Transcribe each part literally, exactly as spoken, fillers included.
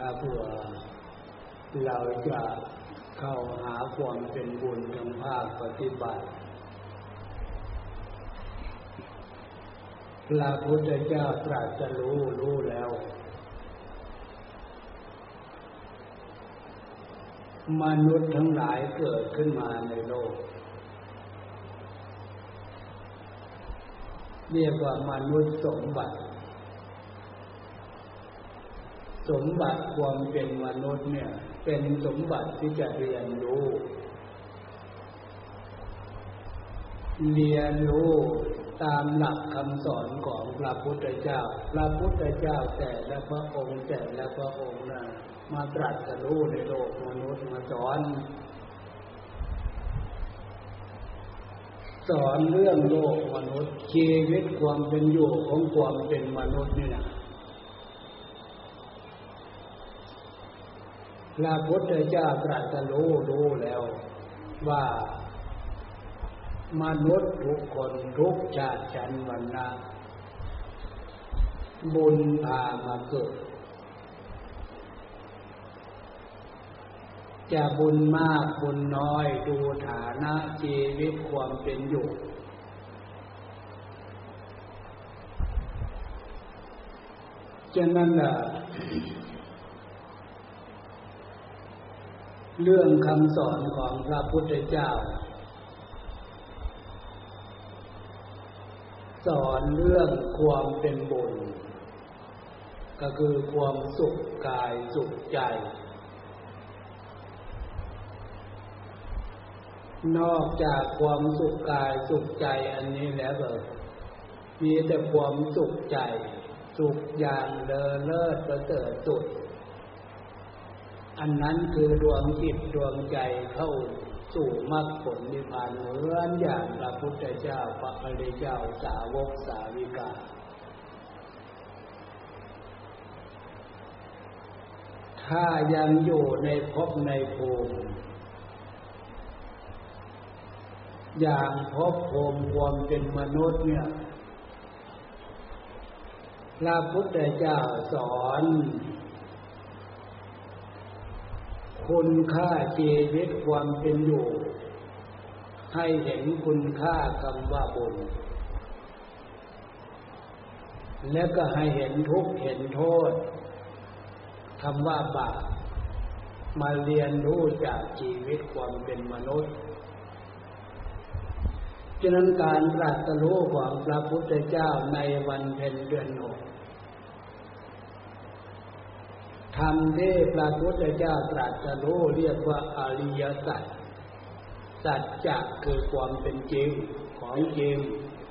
ถ้าเผื่อเราจะเข้าหาความเป็นบุญทางภาคปฏิบัติพระพุทธเจ้าตรัสรู้รู้แล้วมนุษย์ทั้งหลายเกิดขึ้นมาในโลกเรียกว่ามนุษย์สมบัติสมบัติความเป็นมนุษย์เนี่ยเป็นสมบัติที่จะเรียนรู้เรียนรู้ตามหลักคำสอนของพระพุทธเจ้าพระพุทธเจ้าแต่ละพระองค์แต่ละพระองค์นะมาตรัสรู้ในโลกมนุษย์มาสอนสอนเรื่องโลกมนุษย์ชีวิตความเป็นอยู่ของความเป็นมนุษย์นี่นะพระพุทธเจ้าตรัสรู้รู้แล้วว่ามนุษย์ทุกคนทุกชาติชั้นวรรณะบุญพามาเกิดจะบุญมากบุญน้อยดูฐานะชีวิตความเป็นอยู่ฉะนั้นล่ะเรื่องคำสอนของพระพุทธเจ้าสอนเรื่องความเป็นบุญก็คือความสุขกายสุขใจนอกจากความสุขกายสุขใจอันนี้แล้วก็มีแต่ความสุขใจสุขอย่างเลอเลิศประเสริฐสุดอันนั้นคือดวงจิตดวงใจเข้าสู่มรรคผลนิพพานเหมือนอย่างพระพุทธเจ้าพระอริยเจ้าสาวกสาวิกาถ้ายังอยู่ในภพในภูมิอย่างภพภูมิความเป็นมนุษย์เนี่ยพระพุทธเจ้าสอนคุณค่าชีวิตความเป็นอยู่ให้เห็นคุณค่าคำว่าบุญและก็ให้เห็นทุกข์เห็นโทษคำว่าบาปมาเรียนรู้จากชีวิตความเป็นมนุษย์ฉะนั้นการตรัสรู้ของพระพุทธเจ้าในวันเพ็ญเดือนหกธรรมที่พระพุทธเจ้าตรัสรู้เรียกว่าอริยสัจสัจจะคือความเป็นจริงของจริง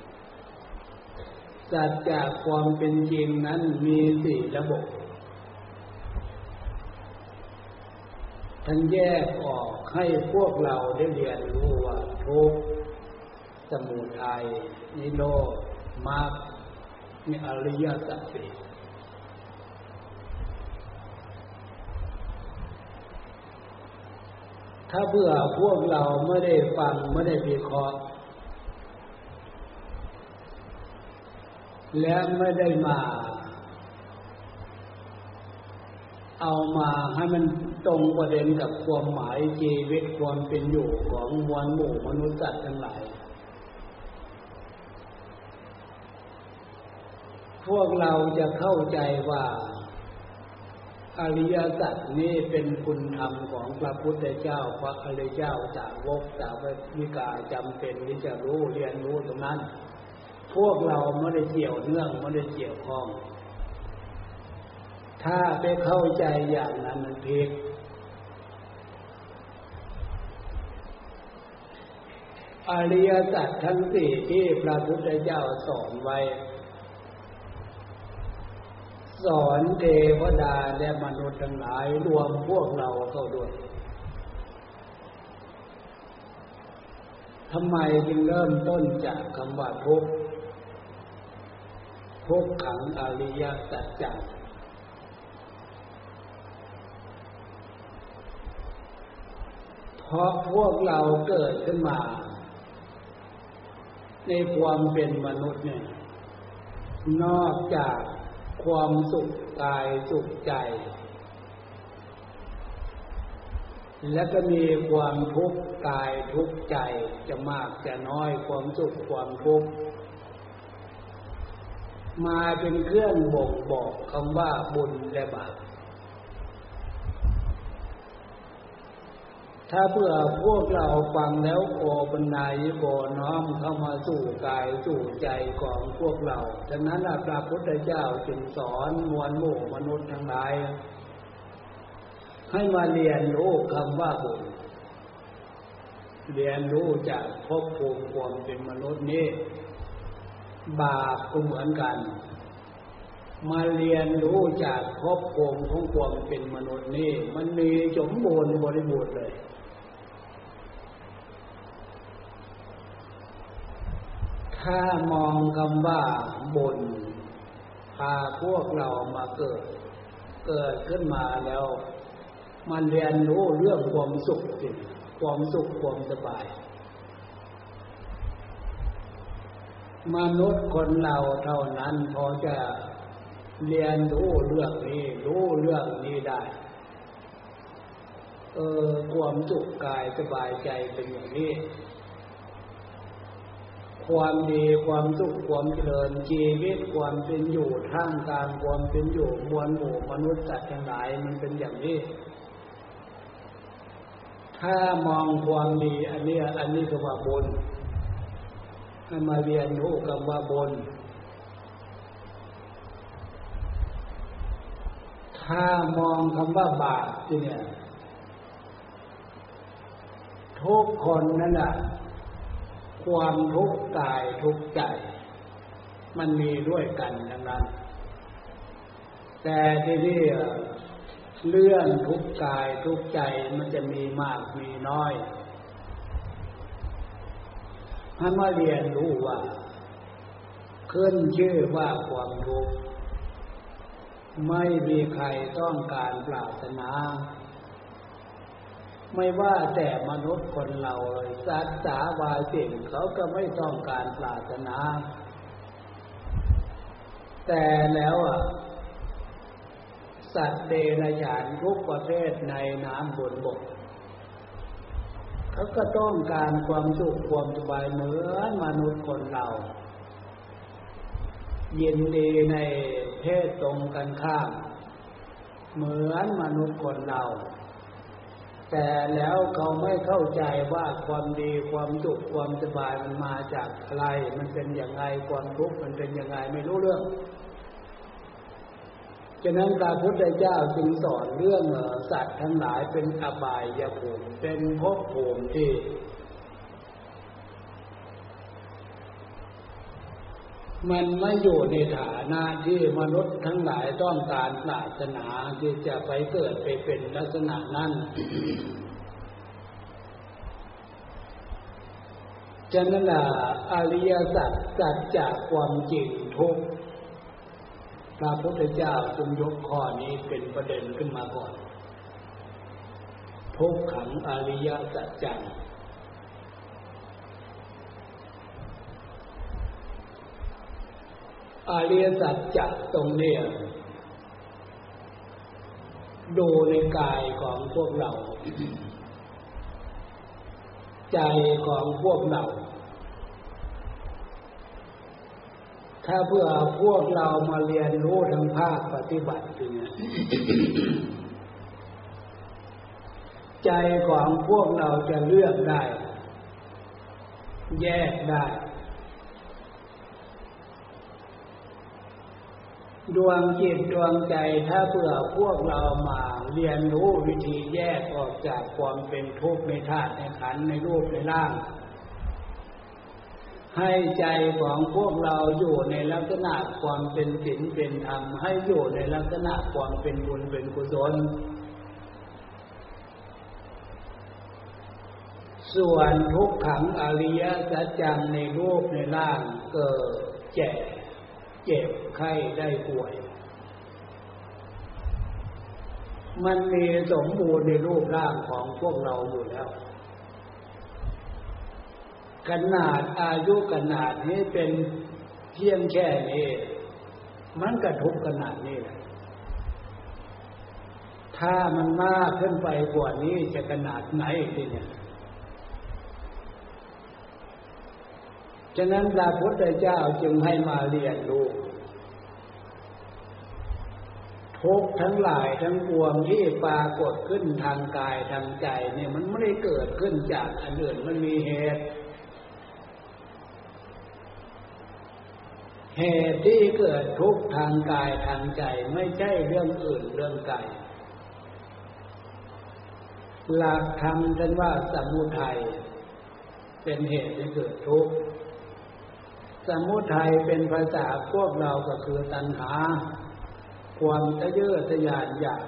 สัจจะความเป็นจริงนั้นมีสี่ระบบท่านแยกออกให้พวกเราได้เรียนรู้ว่าทุกข์สมุทัยนิโรธมรรคมีอริยสัจสี่ถ้าเบื่อพวกเราไม่ได้ฟังไม่ได้วิเคราะห์และไม่ได้มาเอามาให้มันตรงประเด็นกับความหมายชีวิตความเป็นอยู่ของมวลหมู่มนุษย์สัตว์ทั้งหลายพวกเราจะเข้าใจว่าอริยสัจนี้เป็นคุณธรรมของพระพุทธเจ้าพระอริยเจ้าสาวกสาวิกาจำเป็นที่จะรู้เรียนรู้ตรงนั้นพวกเราไม่ได้เกี่ยวเนื่องไม่ได้เกี่ยวข้องถ้าไปเข้าใจอย่างนั้นมันผิดอริยสัจทั้งสี่ที่พระพุทธเจ้าสอนไว้สอนเทวดาและมนุษย์ทั้งหลายรวมพวกเราเข้าด้วยทำไมจึงเริ่มต้นจากคำว่าทุกข์ทุกขังอริยสัจจะเพราะพวกเราเกิดขึ้นมาในความเป็นมนุษย์เนี่ยนอกจากความสุขกายสุขใจแล้วก็มีความทุกข์กายทุกข์ใจจะมากจะน้อยความสุขความทุกข์มาเป็นเครื่องบ่งบอกคำว่าบุญและบาปถ้าเพื่อพวกเราฟังแล้วโอบรรณายิโกน้อมเข้ามาสู่กายสู่ใจของพวกเราฉะนั้นพระพุทธเจ้าจึงสอนมวลหมู่มนุษย์ทั้งหลายให้มาเรียนรู้คำว่าบุญเรียนรู้จากภพภูมิความเป็นมนุษย์นี้บาปก็เหมือนกันมาเรียนรู้จากภพภูมิของความเป็นมนุษย์นี้มันมีสมบูรณ์บริบูรณ์เลยถ้ามองคำว่าบุญพาพวกเรามาเกิดเกิดขึ้นมาแล้วมันเรียนรู้เรื่องความสุขสิความสุขความสบายมนุษย์คนเราเท่านั้นพอจะเรียนรู้เรื่องนี้รู้เรื่องนี้ได้เออความสุขกายสบายใจเป็นอย่างนี้ความดีความสุขความเจริญชีวิตความเป็นอยู่ท่ามกลางความเป็นอยู่มวลหมู่มนุษย์สัตว์ทั้งหลายมันเป็นอย่างนี้ถ้ามองความดีอันนี้อันนี้คือว่าบุญให้มาเรียนรู้คำว่าบุญถ้ามองคำว่าบาปเนี่ยทุกคนนั่นแหละความทุกข์กายทุกข์ใจมันมีด้วยกันทั้งนั้นแต่ที่นี่เรื่องทุกข์กายทุกข์ใจมันจะมีมากมีน้อยให้มาเรียนรู้ว่าขึ้นชื่อว่าความทุกข์ไม่มีใครต้องการปรารถนาไม่ว่าแต่มนุษย์คนเราเลยสัตว์สาวาสิ่งเขาก็ไม่ต้องการปรารถนาแต่แล้วอ่ะสัตว์เดรัจฉานทุกประเภทในน้ำบนบกเขาก็ต้องการความสุขความสบายเหมือนมนุษย์คนเรายินดีในเพศตรงกันข้ามเหมือนมนุษย์คนเราแต่แล้วเขาไม่เข้าใจว่าความดีความสุขความสบายมันมาจากอะไรมันเป็นอย่างไรความทุกข์มันเป็นอย่างไรไม่รู้เรื่องฉะนั้นพระพุทธเจ้าจึงสอนเรื่องสัตว์ทั้งหลายเป็นอบายภูมิเป็นภพภูมิที่มันไม่อยู่ในฐานะที่มนุษย์ทั้งหลายต้องการปรารถนาที่จะไปเกิดไปเป็นลักษณะนั้นฉะนั้นล่ะอริยสัจสัจจะความจริงทุกข์พระพุทธเจ้าจึงยกข้อนี้เป็นประเด็นขึ้นมาก่อนทุกขังอริยสัจจังอริยสัจจะตรงนี้ดูในกายของพวกเราใจของพวกเราถ้าเพื่อพวกเรามาเรียนรู้ทางภาคปฏิบัติเนี่ยใจของพวกเราจะเลือกได้แยกได้ดวงจิตดวงใจถ้าเพื่อพวกเรามาเรียนรู้วิธีแยกออกจากความเป็นทุกข์ในธาตุในขันธ์ในรูปในร่างให้ใจของพวกเราอยู่ในลักษณะความเป็นศีลเป็นธรรมให้อยู่ในลักษณะความเป็นบุญเป็นกุศลส่วนทุกขังอริยสัจจังในรูปในร่างเกิดแก่เจ็บไข้ได้ป่วยมันมีสมบูรณ์ในรูปร่างของพวกเราอยู่แล้วขนาดอายุขนาดนี้เป็นเพียงแค่นี้มันก็ทุกข์ขนาดนี้แหละถถ้ามันมากขึ้นไปกว่านี้จะขนาดไหนทีเนี่ยฉะนั้นพระพุทธเจ้าจึงให้มาเรียนรู้ทุกข์ทั้งหลายทั้งปวงที่ปรากฏขึ้นทางกายทางใจเนี่ยมันไม่ได้เกิดขึ้นจากอันอื่นมันมีเหตุเหตุที่เกิดทุกข์ทางกายทางใจไม่ใช่เรื่องอื่นเรื่องไกลหลักธรรมท่านว่าสมุทัยเป็นเหตุให้เกิดทุกข์สมุทัยเป็นภาษาพวกเราก็คือตัณหาความทะเยอทะยานอยาก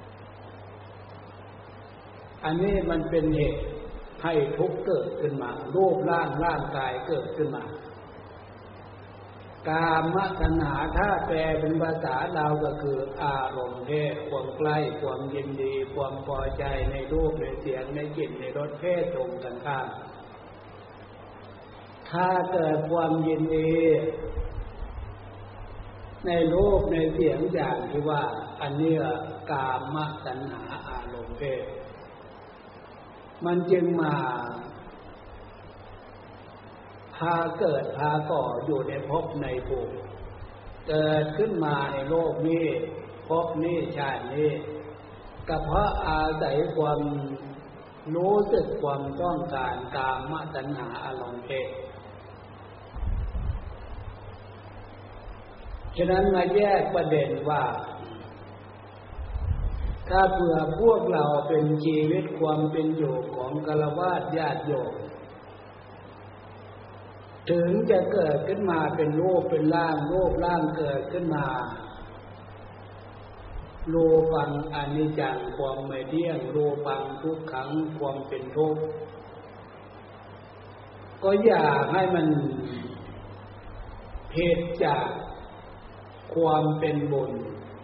อันนี้มันเป็นเหตุให้ทุกข์เกิดขึ้นมารูปร่างร่างกายเกิดขึ้นมากามตัณหาถ้าแปลเป็นภาษาเราก็คืออารมณ์เพศความใกล้ความยินดีความพอใจในรูปในเสียงในกลิ่นในรสเพศตรงกันข้ามถ้าเกิดความยินดีในรูปในเสียงอย่างที่ว่าอันนี้กามตัณหาอารมณ์เพศมันจึงมาพาเกิดพาก่ออยู่ในภพในภูมิเกิดขึ้นมาในโลกนี้ภพนี้ชาตินี้ก็เพราะอาศัยความรู้สึกความต้องการกามตัณหาอารมณ์เพศฉะนั้นมาแยกประเด็นว่าถ้าเผื่อพวกเราเป็นชีวิตความเป็นอยู่ของฆราวาสญาติโยมถึงจะเกิดขึ้นมาเป็นรูปเป็นร่างรูปร่างเกิดขึ้นมารูปังอนิจจังความไม่เที่ยงรูปังทุกขังความเป็นทุกข์ก็อย่าให้มันเพศจากความเป็นบุญ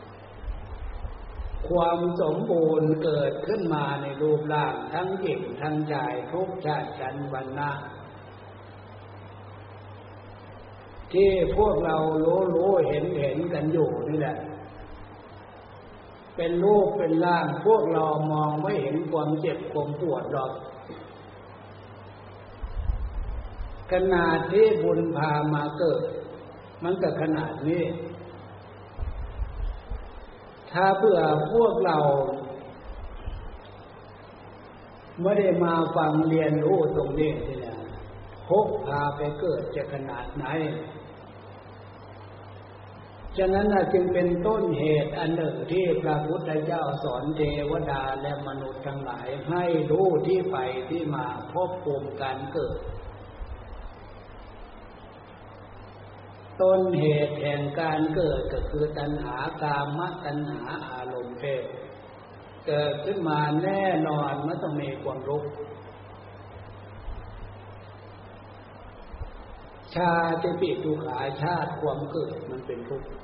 ความสมบูรณ์เกิดขึ้นมาในรูปร่างทั้งหญิงทั้งชายทุกชาติชั้นวรรณะที่พวกเรารู้รู้เห็นเห็นกันอยู่นี่แหละเป็นรูปเป็นร่างพวกเรามองไม่เห็นความเจ็บความปวดหรอกขนาดที่บุญพามาเกิดมันก็ขนาดนี้ถ้าเผื่อพวกเราไม่ได้มาฟังเรียนรู้ตรงนี้นี่นะพกพาไปเกิดจะขนาดไหนฉะนั้นจึงเป็นต้นเหตุอันหนึ่งที่พระพุทธเจ้าสอนเทวดาและมนุษย์ทั้งหลายให้รู้ที่ไปที่มาพบภูมิการเกิดต้นเหตุแห่งการเกิดก็คือตัณหากามตัณหาอารมณ์เพศเกิดขึ้นมาแน่นอนมันต้องมีความทุกข์ชาติปิทุกขาชาติความเกิดมันเป็นทุกข์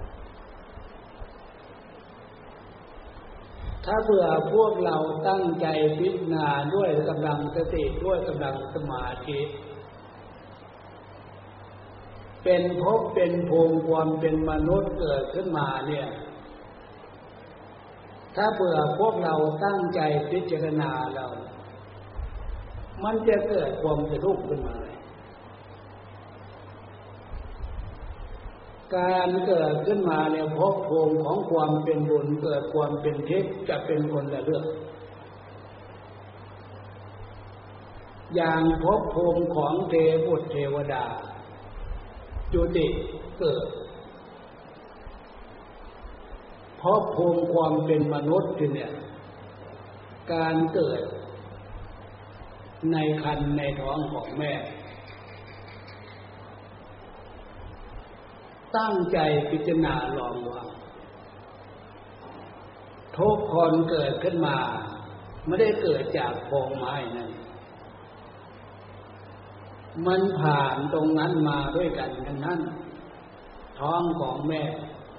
ถ้าเผื่อพวกเราตั้งใจพิจารณาด้วยกำลังสติด้วยกำลังสมาธิเป็นภพเป็นภูมิความเป็นมนุษย์เกิดขึ้นมาเนี่ยถ้าเผื่อพวกเราตั้งใจพิจารณาเรามันจะเกิดความสะดุ้งขึ้นมาการเกิดขึ้นมาเนี่ยภพภูมิของความเป็นบุญเกิดความเป็นทิพย์จะเป็นคนละเรื่องอย่างภพภูมิของเทพบุตรเทวดาจุติเกิดภพภูมิความเป็นมนุษย์เนี่ยการเกิดในครรภ์ในท้องของแม่ตั้งใจพิจารณาลองว่าทุกคนเกิดขึ้นมาไม่ได้เกิดจากโพรงไม้นั่นมันผ่านตรงนั้นมาด้วยกันทั้งนั้นท้องของแม่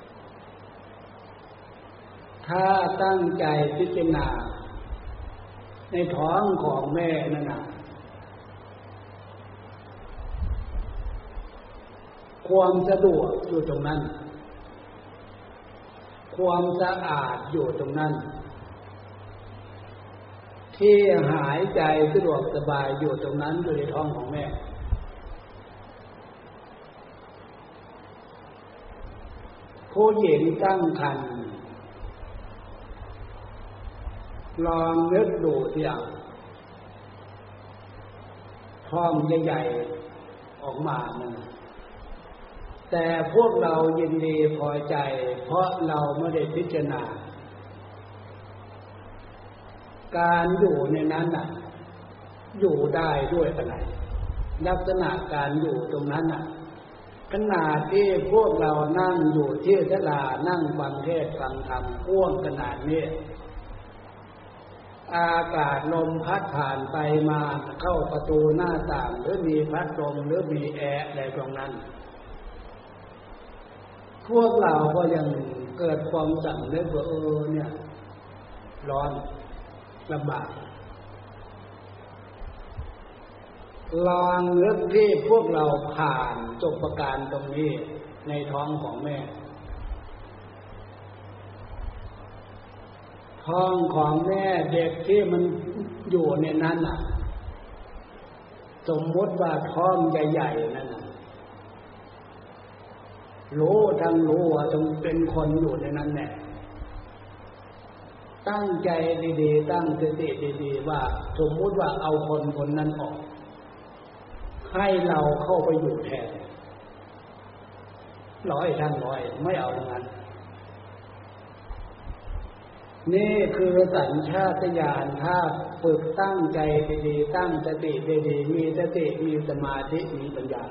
ถ้าตั้งใจพิจารณาในท้องของแม่นั่นน่ะความสะดวกอยู่ตรงนั้นความสะอาดอยู่ตรงนั้นที่หายใจสะดวกสบายอยู่ตรงนั้นอยู่ในท้องของแม่ผู้หญิงตั้งครรภ์ลองนึกดูเสียท้องใหญ่ๆออกมานะแต่พวกเรายินดีพอใจเพราะเราไม่ได้พิจารณาการอยู่ในนั้นน่ะอยู่ได้ด้วยอะไรลักษณะการอยู่ตรงนั้นน่ะขนาดที่พวกเรานั่งอยู่ที่ศาลานั่งฟังเทศน์ฟังธรรมพ่วงขนาดนี้อากาศลมพัดผ่านไปมาเข้าประตูหน้าต่างหรือมีพัดลมหรือมีแอร์อะไรตรงนั้นพวกเราก็ยังเกิดความสำนึกว่าเออเนี่ยร้อนลำบากลองนึกที่พวกเราผ่านจบประการตรงนี้ในท้องของแม่ท้องของแม่เด็กที่มันอยู่ในนั้นน่ะสมมติว่าท้องใหญ่ๆนั่นน่ะรู้ทั้งรู้ว่าต้องเป็นคนอยู่ในนั้นแน่ตั้งใจดีๆตั้งสติดีๆว่าสมมุติว่าเอาคนคนนั้นออกให้เราเข้าไปอยู่แทนร้อยทั้งร้อยไม่เอาทั้งนั้นนี่คือสัญชาตญาณถ้าฝึกตั้งใจดีๆตั้งสติดีๆมีสติมีสมาธิมีปัญญา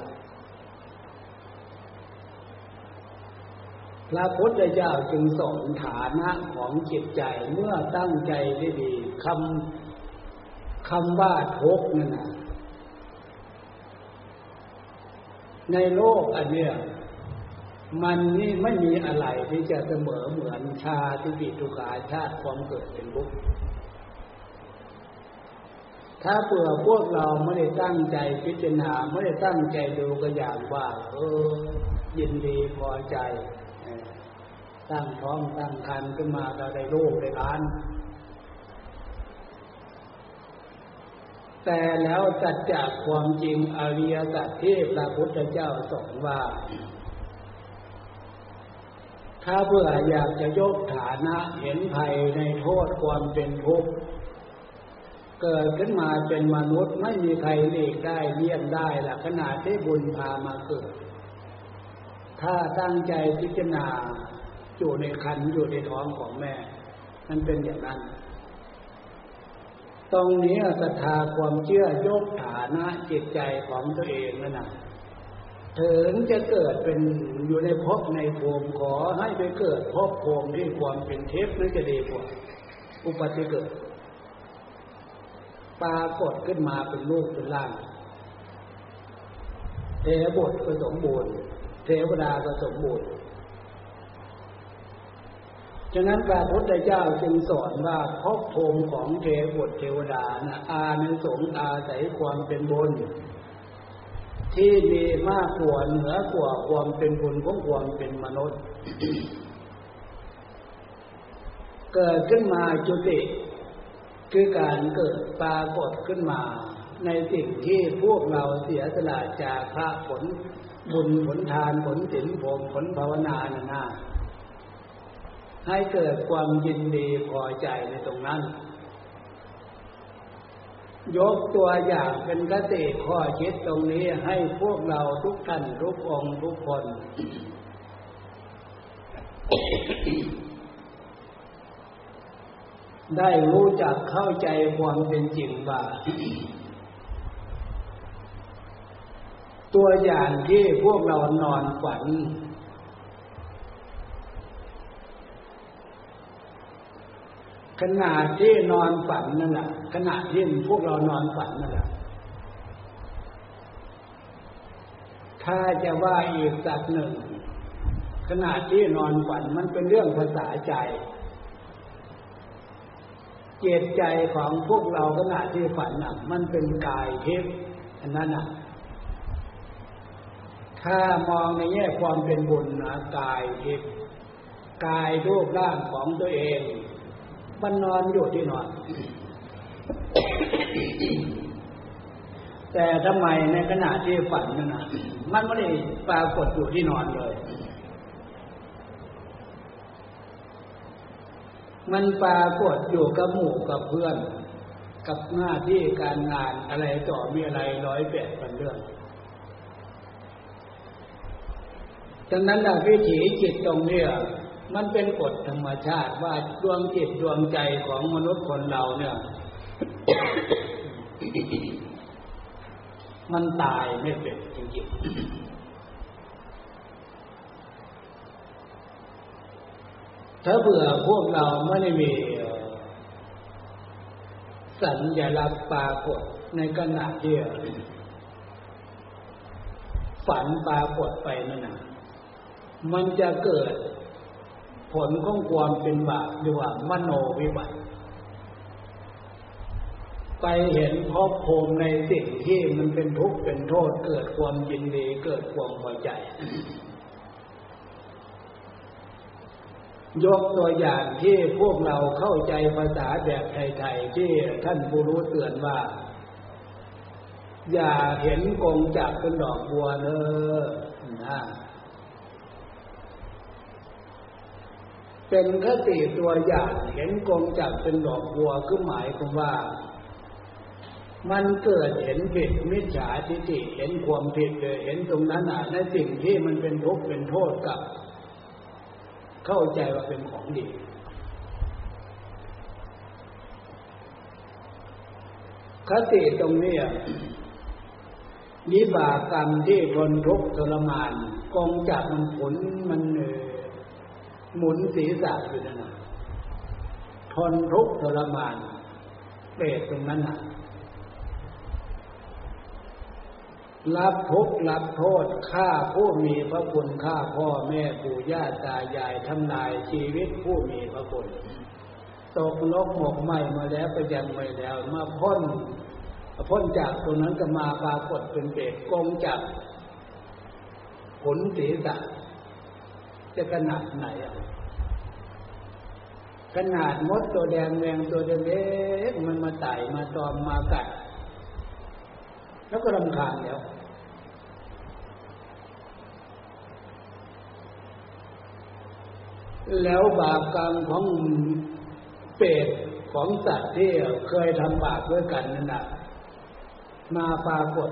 พระพุทธเจ้าจึงสอนฐานะของจิตใจเมื่อตั้งใจดีๆคำคำว่าทุกข์นั่นน่ะในโลกอันเนี้ยมันนี่ไม่มีอะไรที่จะเสมอเหมือนชาติปิทุกขาชาติความเกิดเป็นทุกข์ถ้าเผื่อพวกเราไม่ได้ตั้งใจพิจารณาไม่ได้ตั้งใจดูก็อย่างว่าเออยินดีพอใจตั้งท้องตั้งครรภ์ขึ้นมาเราได้ลูกได้หลานแต่แล้วสัจจะความจริงอริยสัจที่พระพุทธเจ้าสอนว่าถ้าเพื่ออยากจะยกฐานะเห็นภัยในโทษความเป็นทุกข์เกิดขึ้นมาเป็นมนุษย์ไม่มีใครหลีกได้เลี่ยงได้ล่ะขณะที่บุญพามาเกิดถ้าตั้งใจพิจารณาอยู่ในครรภ์อยู่ในท้องของแม่มันเป็นอย่างนั้นตรงนี้ศรัทธาความเชื่อยกฐานะจิตใจของตัวเองนั่นน่ะถึงจะเกิดเป็นอยู่ในภพในภูมิขอให้ไปเกิดภพภูมิที่ความเป็นเทพนั่นจะดีกว่าอุปติเกิดปรากฏขึ้นมาเป็นรูปเป็นร่างเทวบุตรก็สมบูรณ์เทวดาก็สมบูรณ์ฉะนั้นพระพุทธเจ้าจึงสอนว่าภพภูมิของเทวบุตรเทวดานะอานิสงส์อาศัยความเป็นบุญที่มีมากกว่าเหนือกว่าความเป็นบุญของความเป็นมนุษย์ เกิดขึ้นมาจุติคือการเกิดปรากฏขึ้นมาในสิ่งที่พวกเราเสียสละจากพระผลบุญผลทานผลศีลผลภาวนานั่นน่ะให้เกิดความยินดีพอใจในตรงนั้นยกตัวอย่างเป็นคติข้อคิดตรงนี้ให้พวกเราทุกท่านทุกองค์ทุกคน ได้รู้จักเข้าใจความเป็นจริงว่า ตัวอย่างที่พวกเรานอนฝันขณะที่นอนฝันนั่นแหละขณะที่พวกเรานอนฝันนั่นแหละถ้าจะว่าอีกสักหนึ่งขณะที่นอนฝันมันเป็นเรื่องภาษาใจเจตใจของพวกเราขณะที่ฝันน่ะมันเป็นกายทิพย์อันนั้นน่ะถ้ามองในแง่ความเป็นบุญนะกายทิพย์กายรูปร่างของตัวเองมันนอนอยู่ที่นอนแต่ทำไมในขณะที่ฝันนั่นน่ะมันไม่ได้ปรากฏอยู่ที่นอนเลยมันปรากฏอยู่กับหมู่กับเพื่อนกับหน้าที่การงานอะไรต่อมีอะไรร้อยแปดพันเรื่องฉะนั้นน่ะวิถีจิตตรงนี้มันเป็นกฎธรรมชาติว่าดวงจิตดวงใจของมนุษย์คนเราเนี่ย มันตายไม่เป็นจริงๆถ้าเบื่อพวกเราไม่ได้มีสัญลักษณ์ปรากฏในขณะที่ฝันปรากฏไปนั่นน่ะมันจะเกิดผลของความเป็นบาปหรือว่ามโนวิบัติไปเห็นภพภูมิในสิ่งที่มันเป็นทุกข์เป็นโทษเกิดความยินดีเกิดความพอใจยกตัวอย่างที่พวกเราเข้าใจภาษาแบบไทยๆที่ท่านผู้รู้เตือนว่าอย่าเห็นกงจักรเป็นดอกบัวเด้อนะเป็นคติตัวอย่างเห็นกงจักรเป็นดอกบัวคือหมายความว่ามันเกิดเห็นผิดมิจฉาทิฏฐิเห็นความผิดเลยเห็นตรงนั้นน่ะในสิ่งที่มันเป็นทุกข์เป็นโทษกับเข้าใจว่าเป็นของดีคติตรงนี้วิบากกรรมที่ทนทุกข์ทรมานกองจักรมันผลมันหมุนศีรษะอยู่นั่นน่ะทนทุกข์ทรมานเปรตตรงนั้นน่ะรับทุกข์รับโทษฆ่าผู้มีพระคุณฆ่าพ่อแม่ปู่ย่าตายายทำลายชีวิตผู้มีพระคุณตกนรกหมกไหม้มาแล้วก็ยังไม่แล้วมาพ้นพ้นจากตรงนั้นก็มาปรากฏเป็นเปรตกงจักรผลศีรษะจะขนาดไหนอ่ะขนาดมดตัวแดงแมงตัวเล็กมันมาไต่มาตอมมากัดแล้วก็รำคาญแล้วแล้วบาปกรรมของเปรตของสัตว์ที่เคยทำบาปด้วยกันนั่นน่ะมาปรากฏ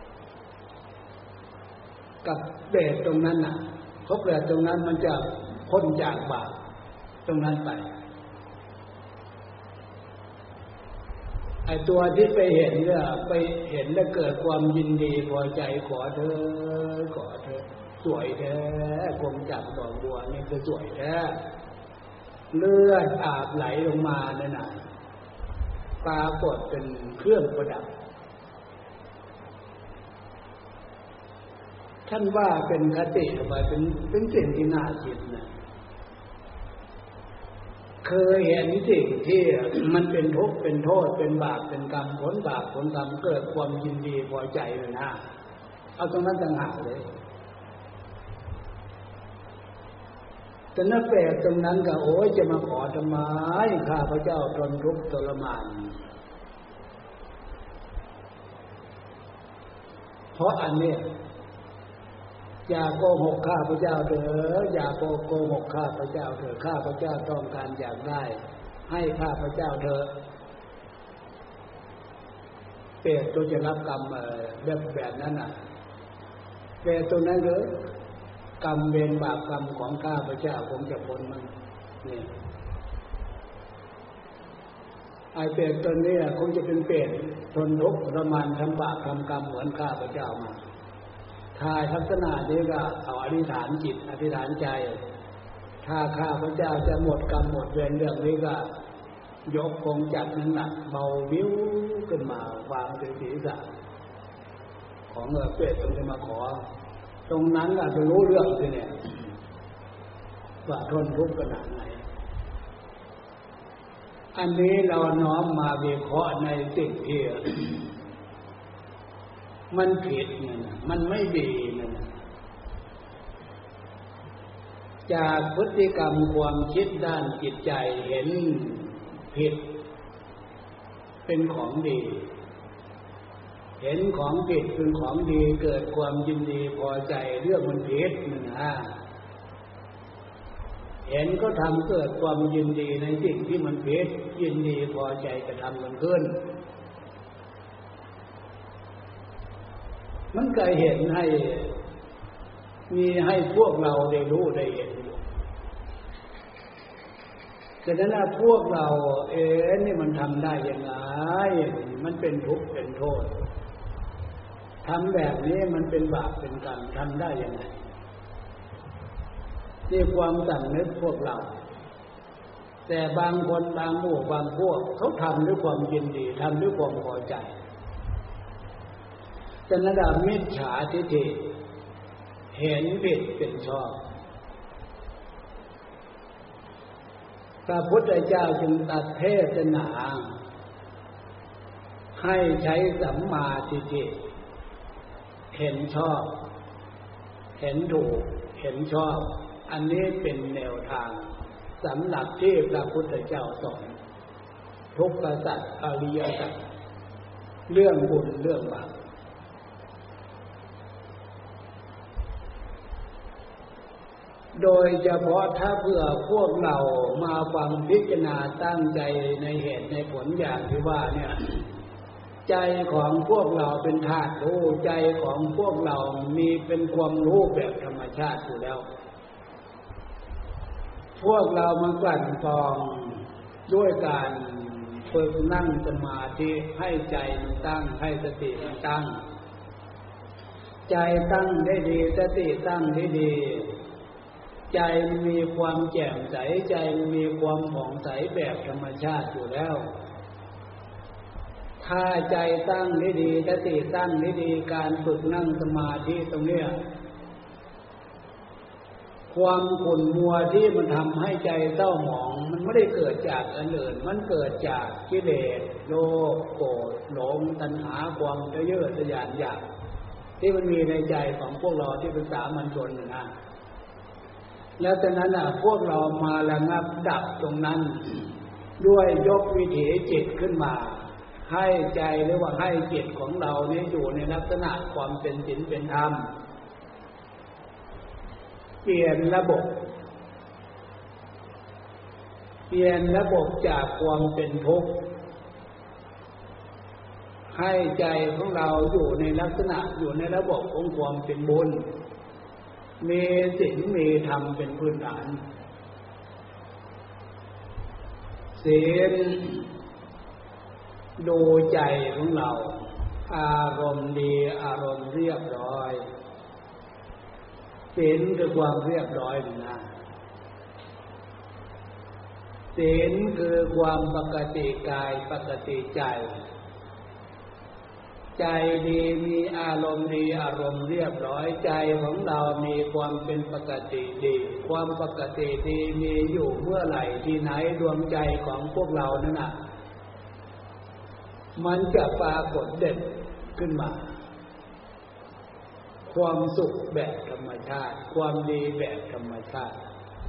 กับเปรตตรงนั้นน่ะเพราะเปรตตรงนั้นมันจะพ้นจากบาปตรงนั้นไปไอ้ตัวที่ไปเห็นเนี่ยไปเห็นแล้วเกิดความยินดีพอใจขอเธอขอเธอสวยแท้กงจักรดอกบัวนี่คือสวยแท้เลือดอาบไหลลงมาเนี่ยนะปรากฏเป็นเครื่องประดับท่านว่าเป็นคติว่าเป็นเป็นสิ่งที่น่าคิดนะเคยเห็นสิ่งที่มันเป็นทุกข์เป็นโทษเป็นบาปเป็นกรรมผลบาปผลกรรมเกิดความยินดีพอใจเลยนะเอาตรงนั้นต่างหากเลยแต่นักเปรตตรงนั้นก็โอ้ยจะมาขอทำไมข้าพเจ้าทนทุกข์ทรมานเพราะอันนี้อย่าโกหกข้าพเจ้าเถอะอย่าโกโกหกข้าพเจ้าเถอะข้าพเจ้าต้องการอยากได้ให้ข้าพเจ้าเถอะเปรตตัวจะรับกรรมแบบแบบนั้นน่ะเปรตตัวนั้นเลยกรรมเวรบาปกรรมของข้าพเจ้าคงจะพ้นมันนี่ไอ้เปรตตัวนี้คงจะเป็นเปรตทนทุกข์ทรมานทำบาปทำกรรมเหมือนข้าพเจ้ามาถ้าลักษณะนี้ก็เอาอธิษฐานจิตอธิษฐานใจถ้าข้าพเจ้าจะหมดกรรมหมดเวรเรื่องนี้ก็ยกกงจักรนั้นน่ะเบาบิ้วขึ้นมาวางในศีรษะของเปรตตรงจะมาขอตรงนั้นอาจจะรู้เรื่องสิเนี่ยว่าทนทุกข์ขนาดไหนอันนี้เราน้อมมาวิเคราะห์ในสิ่งที่มันผิดเนี่ยมันไม่ดีเนี่ยจากพฤติกรรมความคิดด้านจิตใจเห็นผิดเป็นของดีเห็นของผิดเป็นของดีเกิดความยินดีพอใจเรื่องมันผิดนั่นนะเห็นก็ทำเกิดความยินดีในสิ่งที่มันผิดยินดีพอใจจะทำมันขึ้นมันก็เห็นให้มีให้พวกเราได้รู้ได้เห็นฉะนั้นพวกเราเอ๊ะนี่มันทำได้ยังไงมันเป็นทุกข์เป็นโทษทำแบบนี้มันเป็นบาปเป็นกรรมทำได้ยังไงนี่ความสำนึกพวกเราแต่บางคนบางหมู่บางพวกเขาทำด้วยความยินดีทำด้วยความพอใจฉะนั้นมิจฉาทิฏฐิเห็นผิดเป็นชอบพระพุทธเจ้าจึงตรัสเทศนาให้ใช้สัมมาทิฏฐิเห็นชอบเห็นถูกเห็นชอบอันนี้เป็นแนวทางสำหรับที่พระพุทธเจ้าสอนทุกขสัจอริยสัจเรื่องบุญเรื่องบาปโดยเฉพาะถ้าเพื่อพวกเรามาฟังพิจารณาตั้งใจในเหตุในผลอย่างที่ว่าเนี่ยใจของพวกเราเป็นธาตุรู้ใจของพวกเรามีเป็นความรู้แบบธรรมชาติอยู่แล้วพวกเรามากลั่นกรองด้วยการฝึกนั่งสมาธิให้ใจมันตั้งให้สติมันตั้งใจตั้งได้ดีสติตั้งได้ดีใจมีความแจ่มใสใจมีความผ่องใสแบบธรรมชาติอยู่แล้วถ้าใจตั้งได้ดีสติตั้งได้ดีการฝึกนั่งสมาธิตรงนี้ความขุ่นมัวที่มันทำให้ใจเศร้าหมองมันไม่ได้เกิดจากอันอื่นมันเกิดจากกิเลสโลภโกรธหลงตัณหาความทะเยอทะยานอยากที่มันมีในใจของพวกเราที่เป็นสามัญชนนะแล้วจากนั้นน่ะพวกเรามาระงับดับตรงนั้นด้วยยกวิถีจิตขึ้นมาให้ใจหรือว่าให้จิตของเราเนี่ยอยู่ในลักษณะความเป็นศีลเป็นธรรมเปลี่ยนระบบเปลี่ยนระบบจากความเป็นทุกข์ให้ใจของเราอยู่ในลักษณะอยู่ในระบบของความเป็นบุญมีศีลมีธรรมเป็นพื้นฐานศีลดูใจของเราอารมณ์ดีอารมณ์เรียบร้อยศีลคือความเรียบร้อยนะศีลคือความปกติกายปกติใจใจดีมีอารมณ์ดีอารมณ์เรียบร้อยใจของเรามีความเป็นปกติดีความปกติดีมีอยู่เมื่อไหร่ที่ไหนดวงใจของพวกเรานั่นน่ะมันจะปรากฏเด่นขึ้นมาความสุขแบบธรรมชาติความดีแบบธรรมชาติ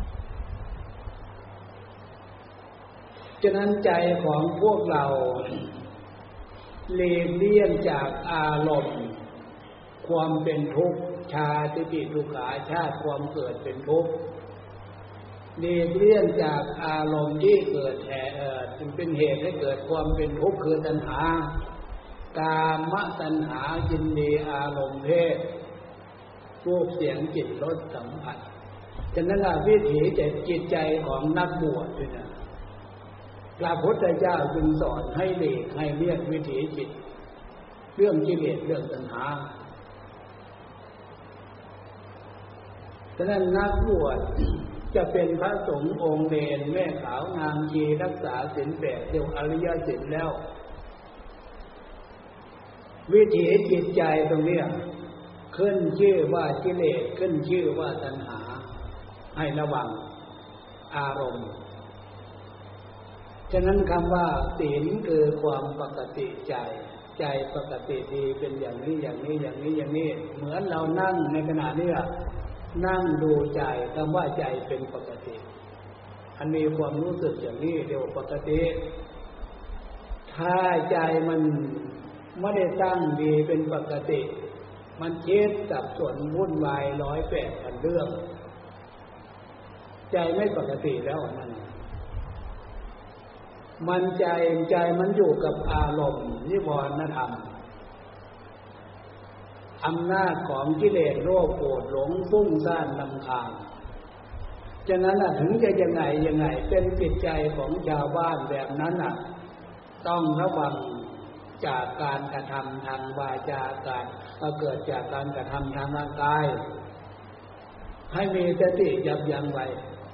ฉะนั้นใจของพวกเราหลีกเลี่ยงจากอารมณ์ความเป็นทุกข์ชาติปิทุกขาชาติความเกิดเป็นทุกข์หลีกเลี่ยงจากอารมณ์ที่เกิดแห่เอ่อจึงเป็นเหตุให้เกิดความเป็นทุกข์คือตัณหากามตัณหายินดีอารมณ์เพศรูปเสียงกลิ่นรสสัมผัสฉะนั้นวิถีจิตใจของนักบวชด้วยนะพระพุทธเจ้าจึงสอนให้หลีกให้เลี่ยงวิถีจิตเรื่องกิเลสเรื่องตัณหาฉะนั้นนักบวชจะเป็นพระสงฆ์องค์เณรแม่ขาวนางชีรักษาศีลแปดเรียกอริยศีลแล้ววิถีจิตใจตรงนี้ขึ้นชื่อว่ากิเลสขึ้นชื่อว่าตัณหาให้ระวังอารมณ์ฉะนั้นคำว่าศีลคือความปกติใจใจปกติดีเป็นอย่างนี้อย่างนี้อย่างนี้อย่างนี้เหมือนเรานั่งในขณะนี้นั่งดูใจคำว่าใจเป็นปกติอันมีความรู้สึกอย่างนี้เรียกว่าปกติถ้าใจมันไม่ได้ตั้งดีเป็นปกติมันคิดสับสนวุ่นวายร้อยแปดพันเรื่องใจไม่ปกติแล้วมันมันใจใจมันอยู่กับอารมณ์นิวรณธรรมอำนาจของกิเลสโลภโกรธหลงฟุ้งซ่านรำคาญฉะนั้นน่ะถึงจะยังไงยังไงเป็นจิตใจของชาวบ้านแบบนั้นน่ะต้องระวังจากการกระทำทางวาจาการเกิดจากการกระทำทางร่างกายให้มีสติยับยั้งไว้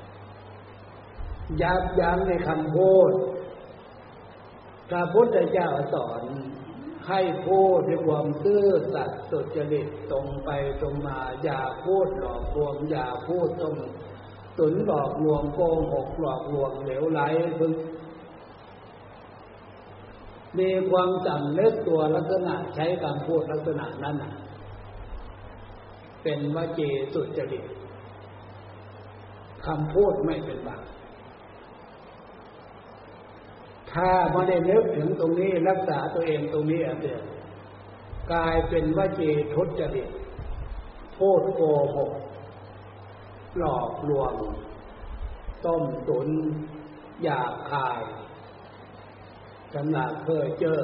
ยับยั้งในคำพูดพระพุทธเจ้าสอนให้พูดด้วยความซื่อสัตย์สุจริตตรงไปตรงมาอย่าพูดหลอกลวงอย่าพูดต้มตุนหลอกลวงโกหกหลอกลวงเหลวไหลพึงมีความจำเลิกตัวลักษณะใช้การพูดลักษณะนั้นน่ะเป็นวจีสุจริตคำพูดไม่เป็นบาปถ้าไม่ได้นึกถึงตรงนี้รักษาตัวเองตรงนี้อ่ะเดี๋ยวกลายเป็นวจีทุจริตพูดโกหกหลอกลวงต้มตุ๋นหยาบคายขณะเพ้อเจ้อ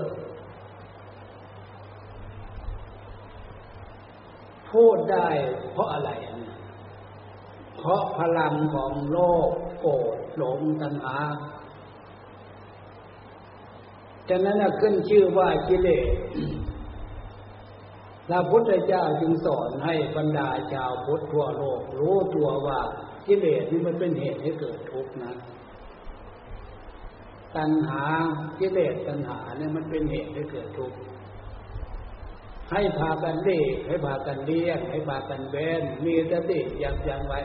พูดได้เพราะอะไรเนี่ยเพราะพลังของโลภโกรธหลงตัณหาฉะนั้นขึ้นชื่อว่ากิเลสพระพุทธเจ้าจึงสอนให้บรรดาชาวพุทธทั่วโลกรู้ตัวว่ากิเลสนี่มันเป็นเหตุให้เกิดทุกข์นะตัณหากิเลสตัณหาเนี่ยมันเป็นเหตุให้เกิดทุกข์ให้พากันเลี่ยงให้พากันเลี่ยงให้พากันเว้นมีสติยับยั้งไว้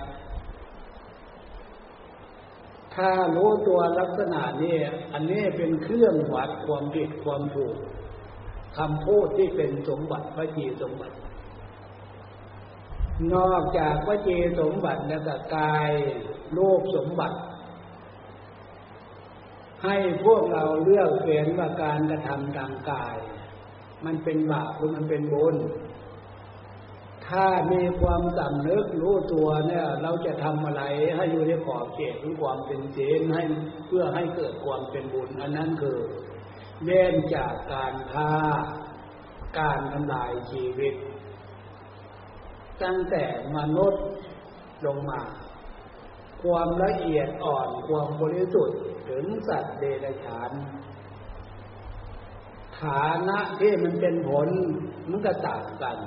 ถ้ารู้ตัวลักษณะนี้อันนี้เป็นเครื่องวัดความผิดความถูกคำพูดที่เป็นสมบัติวจีสมบัตินอกจากวจีสมบัติแล้วก็กายรูปสมบัติให้พวกเราเลือกเฟ้นว่าการกระทำทางกายมันเป็นบาปหรือมันเป็นบุญถ้ามีความสำนึกรู้ตัวเนี่ยเราจะทำอะไรให้อยู่ในขอบเขตของความเป็นศีลให้เพื่อให้เกิดความเป็นบุญอันนั้นคือเว้นจากการฆ่าการทำลายชีวิตตั้งแต่มนุษย์ลงมาความละเอียดอ่อนความบริสุทธิ์ถึงสัตว์เดรัจฉานฐานะที่มันเป็นผลมันก็ต่างกัน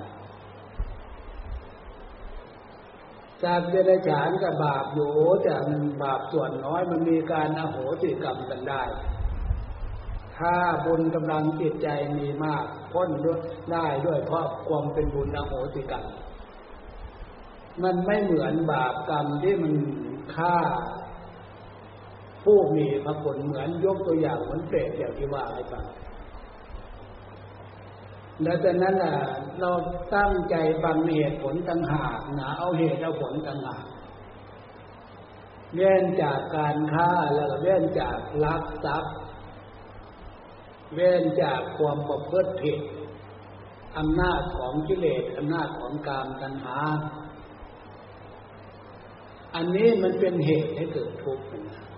สัตว์เดรัจฉานกับบาปอยู่แต่มันบาปส่วนน้อยมันมีการอโหสิกรรมกันได้ถ้าบุญกำลังจิตใจมีมากพ้นได้ด้วยเพราะความเป็นบุญอโหสิกรรมมันไม่เหมือนบาปกรรมที่มันฆ่าผู้มีพระคุณเหมือนยกตัวอย่างเหมือนเปรตอย่างที่ว่าให้ฟังแล้วจากนั้นน่ะเราตั้งใจฟังเหตุผลต่างหากนะเอาเหตุเอาผลต่างหากเว้นจากการฆ่าแล้วก็เว้นจากลักทรัพย์เว้นจากความประพฤติผิดอำนาจของกิเลสอำนาจของกามตัณหาอันนี้มันเป็นเหตุให้เกิดทุกข์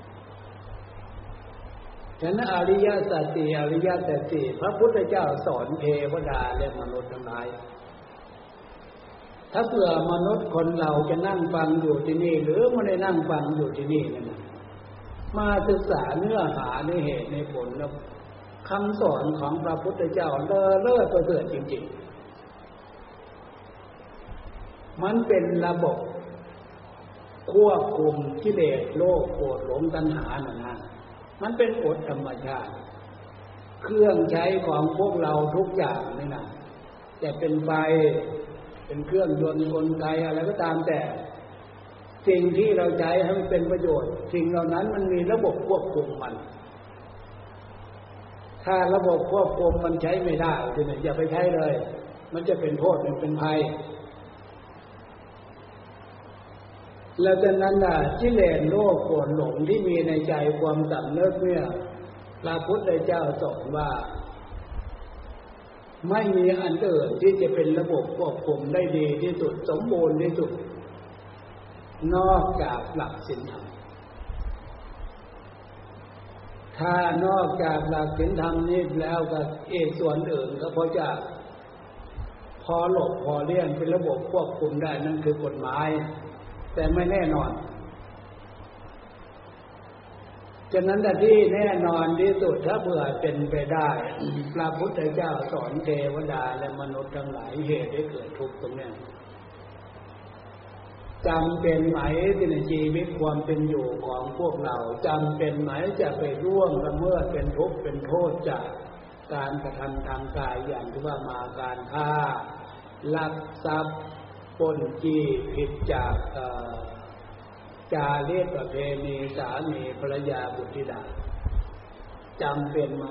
ฉะนั้นอริยสัจสี่อริยสัจสี่พระพุทธเจ้าสอนเทวดาและมนุษย์ทั้งหลายถ้าเผื่อมนุษย์คนเราจะนั่งฟังอยู่ที่นี่หรือไม่ได้นั่งฟังอยู่ที่นี่นั่นนะมาศึกษาเนื้อหาในเหตุในผลแล้วคำสอนของพระพุทธเจ้าเลอเลิศประเสริฐจริงๆมันเป็นระบบควบคุมกิเลสโลภโกรธหลงตัณหาน่ะนะมันเป็นกฎธรรมชาติเครื่องใช้ของพวกเราทุกอย่างนี่นะแต่เป็นไฟเป็นเครื่องยนต์กลไกอะไรก็ตามแต่สิ่งที่เราใช้ให้มันเป็นประโยชน์สิ่งเหล่านั้นมันมีระบบควบคุมมันถ้าระบบควบคุมมันใช้ไม่ได้ทีนี้อย่าไปใช้เลยมันจะเป็นโทษมันเป็นภัยแล้วจากนั้นน่ะกิเลสโลภโกรธหลงที่มีในใจความสำนึกเนี่ยพระพุทธเจ้าสอนว่าไม่มีอันอื่นที่จะเป็นระบบควบคุมได้ดีที่สุดสมบูรณ์ที่สุดนอกจากหลักศีลธรรมถ้านอกจากหลักศีลธรรมนี้แล้วก็เอกส่วนอื่นก็พอจะพอหลบพอเลี่ยงเป็นระบบควบคุมได้นั่นคือกฎหมายแต่ไม่แน่นอนฉะนั้นแต่ที่แน่นอนที่สุดถ้าเบื่อเป็นไปได้พระพุทธเจ้าสอนเทวดาและมนุษย์ทั้งหลายเหตุให้เกิดทุกข์ตรงนี้จำเป็นไหมที่ในชีวิตความเป็นอยู่ของพวกเราจำเป็นไหมจะไปร่วงละเมิดเป็นทุกข์เป็นโทษจากการกระทำทางกายอย่างที่ว่ามาการฆ่าลักทรัพย์ปล้นจี้ผิดจากจารีตประเพณีสามีภรรยาบุตรธิดาจำเป็นไหม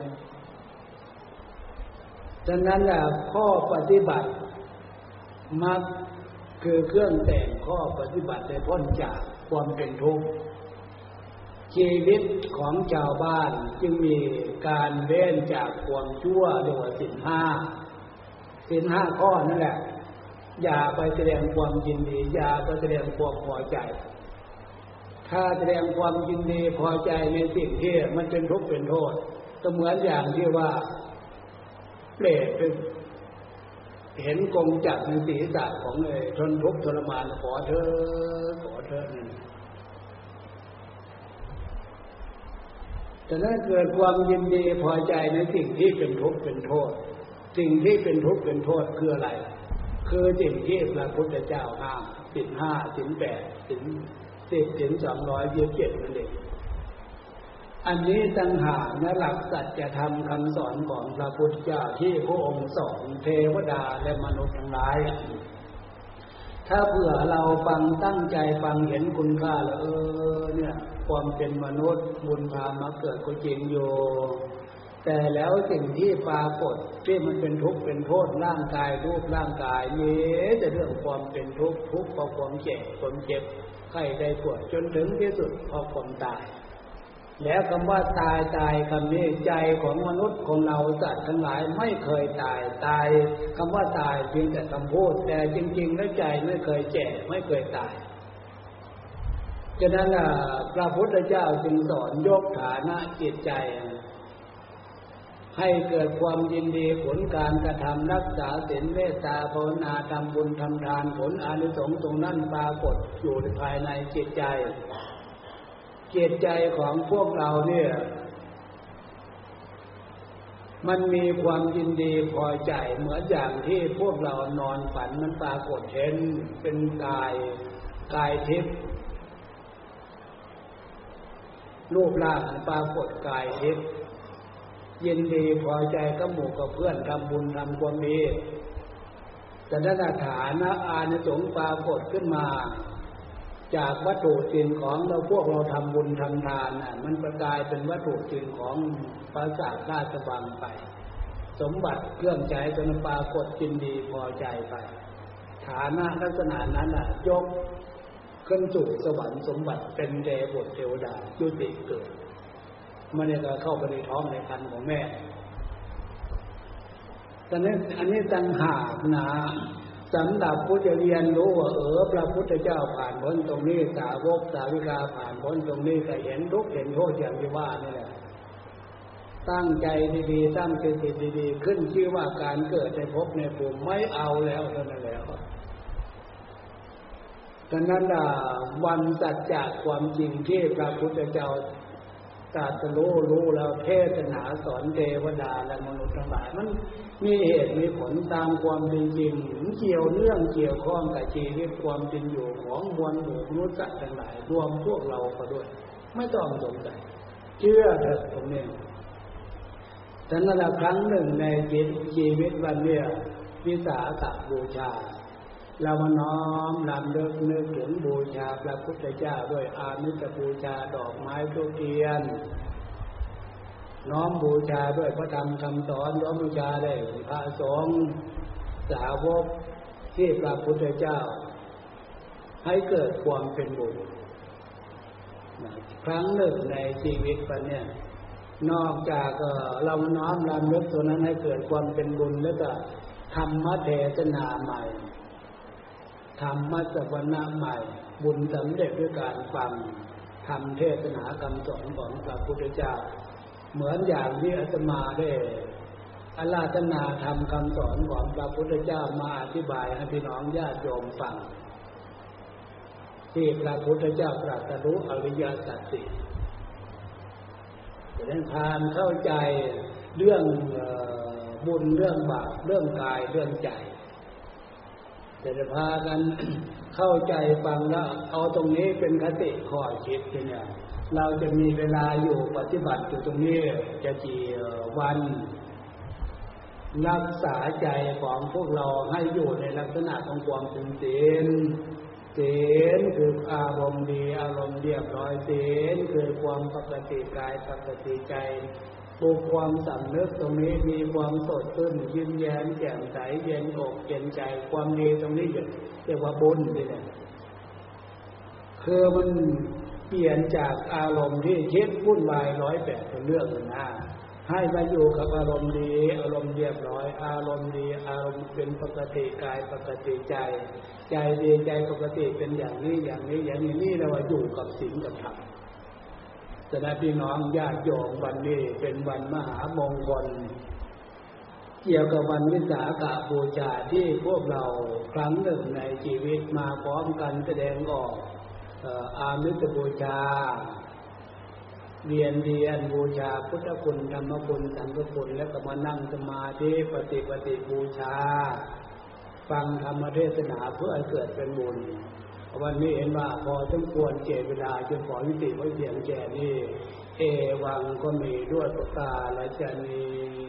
ฉะนั้นล่ะข้อปฏิบัติมักคือเครื่องแต่งข้อปฏิบัติให้พ้นจากความเป็นทุกข์ชีวิตของชาวบ้านจึงมีการเว้นจากความชั่วเรียกว่าศีลห้าศีลห้าข้อนั่นแหละอย่าไปแสดงความยินดีอย่าไปแสดงความพอใจถ้าแสดงความยินดีพอใจในสิ่งที่มันเป็นทุกข์เป็นโทษก็เหมือนอย่างที่ว่าเปรตเห็นกงจักรในศีรษะของไอ้ทนทุกข์ทรมานขอเธอขอเธอนี่แต่ถ้าเกิดความยินดีพอใจในสิ่งที่เป็นทุกข์เป็นโทษสิ่งที่เป็นทุกข์เป็นโทษคืออะไรคือสิ่งที่พระพุทธเจ้าห้ามศีลห้าศีลแปดศีลสิบศีลสองร้อยยี่สิบเจ็ดนั่นเองอันนี้ต่างหากนะหลักสัจธรรมคำสอนของพระพุทธเจ้าที่พระองค์สอนเทวดาและมนุษย์ทั้งหลายถ้าเผื่อเราฟังตั้งใจฟังเห็นคุณค่าแล้วเออเนี่ยความเป็นมนุษย์บุญพามาเกิดก็จริงอยู่แต่แล้วสิ่งที่ปรากฏที่มันเป็นทุกข์เป็นโทษร่างกายรูปร่างกายนี้แต่เรื่องความเป็นทุกข์ทุกข์เพราะความเจ็บความเจ็บไข้ได้ป่วยจนถึงที่สุดเพราะความตายแล้วคำว่าตายตายคำนี้ใจของมนุษย์ของเราสัตว์ทั้งหลายไม่เคยตายตายคำว่าตายเพียงแต่คำพูดแต่จริงๆแล้วใจไม่เคยแก่ไม่เคยตายฉะนั้นพระพุทธเจ้าจึงสอนยกฐานะจิตใจให้เกิดความยินดีผลการกระทำรักษาศีลเมตตาภาวนาทำบุญทำทานผลอานิสงส์ตรงนั้นปรากฏอยู่ภายในจิตใจจิตใจของพวกเราเนี่ยมันมีความยินดีพอใจเหมือนอย่างที่พวกเรานอนฝันมันปรากฏเห็นเป็นกายกายทิพย์รูปร่างปรากฏกายทิพย์ยินดีพอใจกับหมู่กับเพื่อนทำบุญทำความดีแต่ถ้าฐานะอานิสงส์ปรากฏขึ้นมาจากวัตถุสิ่งของเราพวกเราทำบุญทำทานน่ะมันประกายเป็นวัตถุสิ่งของปราศาสราชบังไปสมบัติเครื่องใช้จนปรากฏยินดีพอใจไปฐานะลักษณะนั้นน่ะยกขึ้นสู่สวรรค์สมบัติเป็นเดชบุตรเทวดายุติเกิดมันเนี่ยก็เข้าไปในท้องในครรภ์ของแม่แต่นี้อันนี้ต่างหากนะสำหรับผู้จะเรียนรู้ว่าเออพระพุทธเจ้าผ่านพ้นตรงนี้สาวกสาวิกาผ่านพ้นตรงนี้ก็เห็นทุกข์เห็นโทษอย่างที่ว่านี่แหละตั้งใจดีๆตั้งสติดีๆขึ้นชื่อว่าการเกิดในภพในภูมิไม่เอาแล้วเท่านั้นแล้วฉะนั้นล่ะวันสัจจะความจริงที่พระพุทธเจ้าตรัสรู้รู้แล้วเทศนาสอนเทวดาและมนุษย์ทั้งหลายมันมีเหตุมีผลตามความเป็นจริงเกี่ยวเนื่องเกี่ยวข้องกับชีวิตความเป็นอยู่ของมวลหมู่มนุษย์ทั้งหลายรวมพวกเราก็ด้วยไม่ต้องสงสัยเชื่อเถอะผมเองฉะนั้นละครั้งหนึ่งในชีวิตวันนี้วิสาขบูชาเรามาน้อมรำลึกนึกถึงบูชาพระพุทธเจ้าด้วยอามิสบูชาดอกไม้ทูบเทียนน้อมบูชาด้วยพระธรรมคำสอนน้อมบูชาได้พระสงฆ์สาวกที่พระพุทธเจ้าให้เกิดความเป็นบุญครั้งหนึ่งในชีวิตวันนี้นอกจากเราน้อมรำลึกตัวนั้นให้เกิดความเป็นบุญแล้วก็ธรรมเทศนาใหม่ธรรมสวนาใหม่บุญสำเร็จด้วยการฟังธรรมเทศนาคำสอนของพระพุทธเจ้าเหมือนอย่างที่อาตมาได้อาราธนาธรรมคำสอนของพระพุทธเจ้ามาอธิบายให้พี่น้องญาติโยมฟังที่พระพุทธเจ้าตรัสรู้อริยสัจสี่จะได้ทานเข้าใจเรื่องบุญเรื่องบาปเรื่องกายเรื่องใจจะได้พากันเข้าใจฟังแล้วเอาตรงนี้เป็นคติข้อคิดเนี่ยเราจะมีเวลาอยู่ปฏิบัติอยู่ตรงนี้จะกี่วันรักษาใจของพวกเราให้อยู่ในลักษณะของความเป็นศีลศีลคืออารมณ์ดีอารมณ์เรียบร้อยศีลคือความปกติกายปกติใจปลุกความสำนึกตรงนี้มีความสดชื่นยิ้มแย้มแจ่มใสเย็นอกเย็นใจความดีตรงนี้เรียกว่าบุญนี่แหละคือมันเปลี่ยนจากอารมณ์ที่คิดวุ่นวายร้อยแปดเป็นเรื่องหน้าให้มาอยู่กับอารมณ์ดีอารมณ์เรียบร้อยอารมณ์ดีอารมณ์เป็นปกติกายปกติใจใจดีใจปกติเป็นอย่างนี้อย่างนี้อย่างนี้นี่เราอยู่กับศีลกับธรรมฉะนั้นพี่น้องญาติโยมวันนี้เป็นวันมหามงคลเกี่ยวกับวันวิสาขบูชาที่พวกเราครั้งหนึ่งในชีวิตมาพร้อมกันแสดงออกอามิสบูชาเรียนเรียนบูชาพุทธคุณธรรมคุณสังฆคุณแล้วก็มานั่งสมาธิปฏิปฏิบูชาฟังธรรมเทศนาเพื่อให้เกิดเป็นบุญวันนี้เห็นว่าพอสมควรเจเวลาจึงขอยุติไว้เพียงแค่นี้เอวังก็มีด้วยประกาศฉะนี้